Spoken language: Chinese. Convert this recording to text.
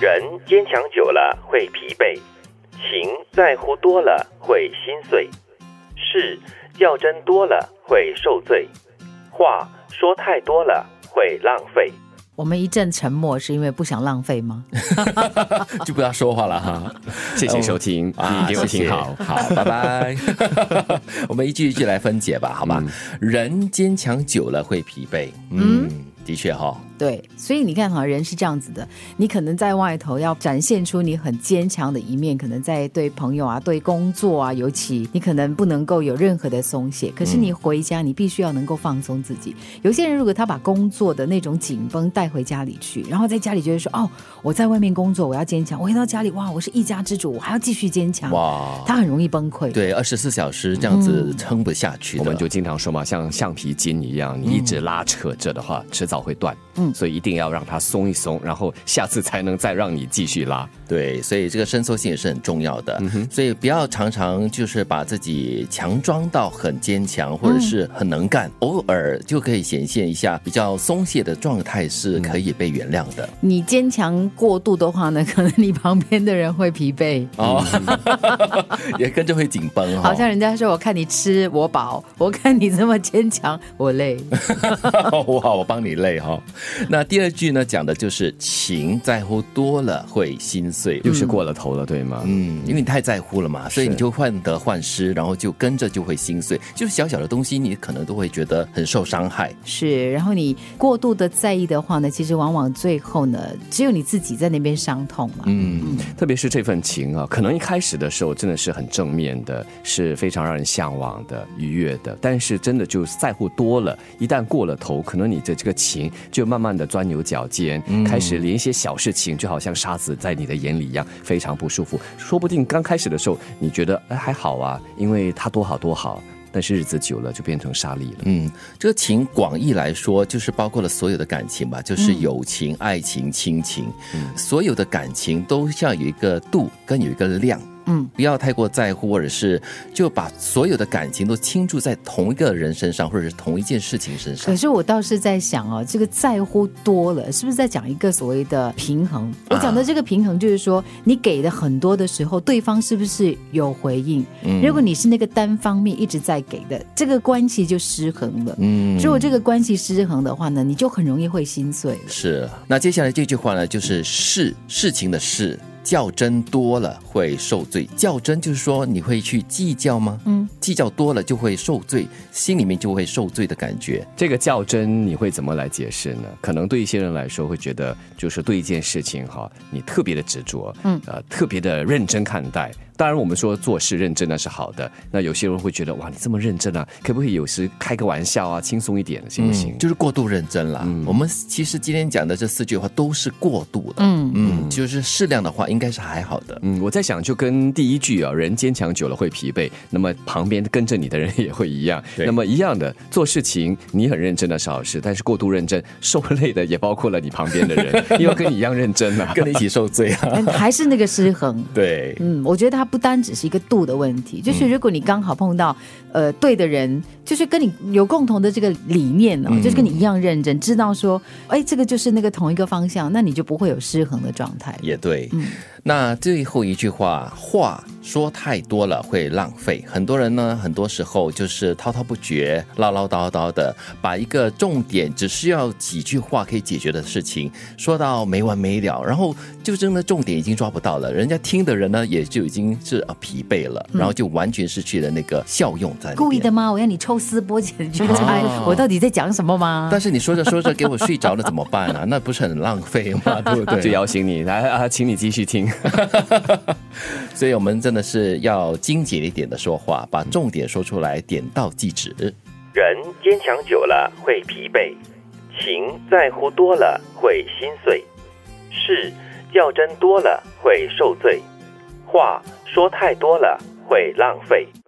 人坚强久了会疲惫，情在乎多了会心碎，事较真多了会受罪，话说太多了会浪费。 我们一阵沉默是因为不想浪费吗？ 就不要说话了哈。 谢谢收听，你给我听好， 好，拜拜。我们一句一句来分解吧，好吧？人坚强久了会疲惫，的确哈。 对，所以你看哈，人是这样子的，你可能在外头要展现出你很坚强的一面，可能在对朋友啊、对工作啊，尤其你可能不能够有任何的松懈，可是你回家你必须要能够放松自己。有些人如果他把工作的那种紧绷带回家里去，然后在家里觉得说，哦，我在外面工作我要坚强，我回到家里哇，我是一家之主，我还要继续坚强，哇，他很容易崩溃。 对，24小时这样子撑不下去的。 我们就经常说嘛，像橡皮筋一样，你一直拉扯着的话，迟早会断。所以一定要让它松一松，然后下次才能再让你继续拉。 对，所以这个伸缩性也是很重要的。所以不要常常就是把自己强装到很坚强或者是很能干，偶尔就可以显现一下比较松懈的状态是可以被原谅的。 你坚强过度的话呢，可能你旁边的人会疲惫哦， 也跟着会紧绷哦。 好像人家说我看你吃我饱，我看你这么坚强我累。 哇，我帮你累哈。那第二句呢，讲的就是情在乎多了会心碎， 又是过了头了，对吗？ 因为你太在乎了嘛，所以你就患得患失，然后就跟着就会心碎，就是小小的东西你可能都会觉得很受伤害。 是，然后你过度的在意的话呢，其实往往最后呢，只有你自己在那边伤痛嘛。 特别是这份情啊，可能一开始的时候真的是很正面的，是非常让人向往的、愉悦的，但是真的就在乎多了，一旦过了头，可能你的这个情就慢慢的钻牛角尖，开始连一些小事情就好像沙子在你的眼里一样，非常不舒服。说不定刚开始的时候你觉得还好啊，因为它多好多好，但是日子久了就变成沙粒了。 这个情广义来说就是包括了所有的感情吧，就是友情、爱情、亲情，所有的感情都像有一个度跟有一个量。不要太过在乎，或者是就把所有的感情都倾注在同一个人身上，或者是同一件事情身上。 可是我倒是在想哦，这个在乎多了，是不是在讲一个所谓的平衡？我讲的这个平衡就是说，你给的很多的时候，对方是不是有回应？如果你是那个单方面一直在给的，这个关系就失衡了。如果这个关系失衡的话呢，你就很容易会心碎了。 是，那接下来这句话呢，就是事情的事。较真多了会受罪，较真就是说你会去计较吗？计较多了就会受罪，心里面就会受罪的感觉。 这个较真你会怎么来解释呢？可能对一些人来说会觉得就是对一件事情哈，你特别的执着，特别的认真看待。当然我们说做事认真那是好的，那有些人会觉得哇你这么认真啊，可不可以有时开个玩笑啊，轻松一点行不行？ 就是过度认真啦。我们其实今天讲的这4句话都是过度的，就是适量的话应该是还好的。 我在想就跟第一句啊，人坚强久了会疲惫，那么旁边跟着你的人也会一样。那么一样的，做事情你很认真的是好事，但是过度认真受累的也包括了你旁边的人，因为跟你一样认真啊， 跟你一起受罪啊， 还是那个失衡。 对， 我觉得它不单只是一个度的问题，就是如果你刚好碰到对的人，就是跟你有共同的这个理念就是跟你一样认真，知道说这个就是那个同一个方向，那你就不会有失衡的状态。 也对。那最后一句话，话说太多了会浪费。很多人呢，很多时候就是滔滔不绝、唠唠叨叨的，把一个重点只需要几句话可以解决的事情说到没完没了，然后就真的重点已经抓不到了，人家听的人呢也就已经是疲惫了，然后就完全失去了那个效用在里面。 故意的吗？我要你抽丝剥茧去猜我到底在讲什么吗？ 但是你说着说着给我睡着了怎么办啊？那不是很浪费吗？对不对？ 就邀请你来请你继续听。 所以我们真的是要精简一点的说话，把重点说出来，点到即止。 人坚强久了会疲惫，情在乎多了会心碎，事较真多了会受罪，话说太多了会浪费。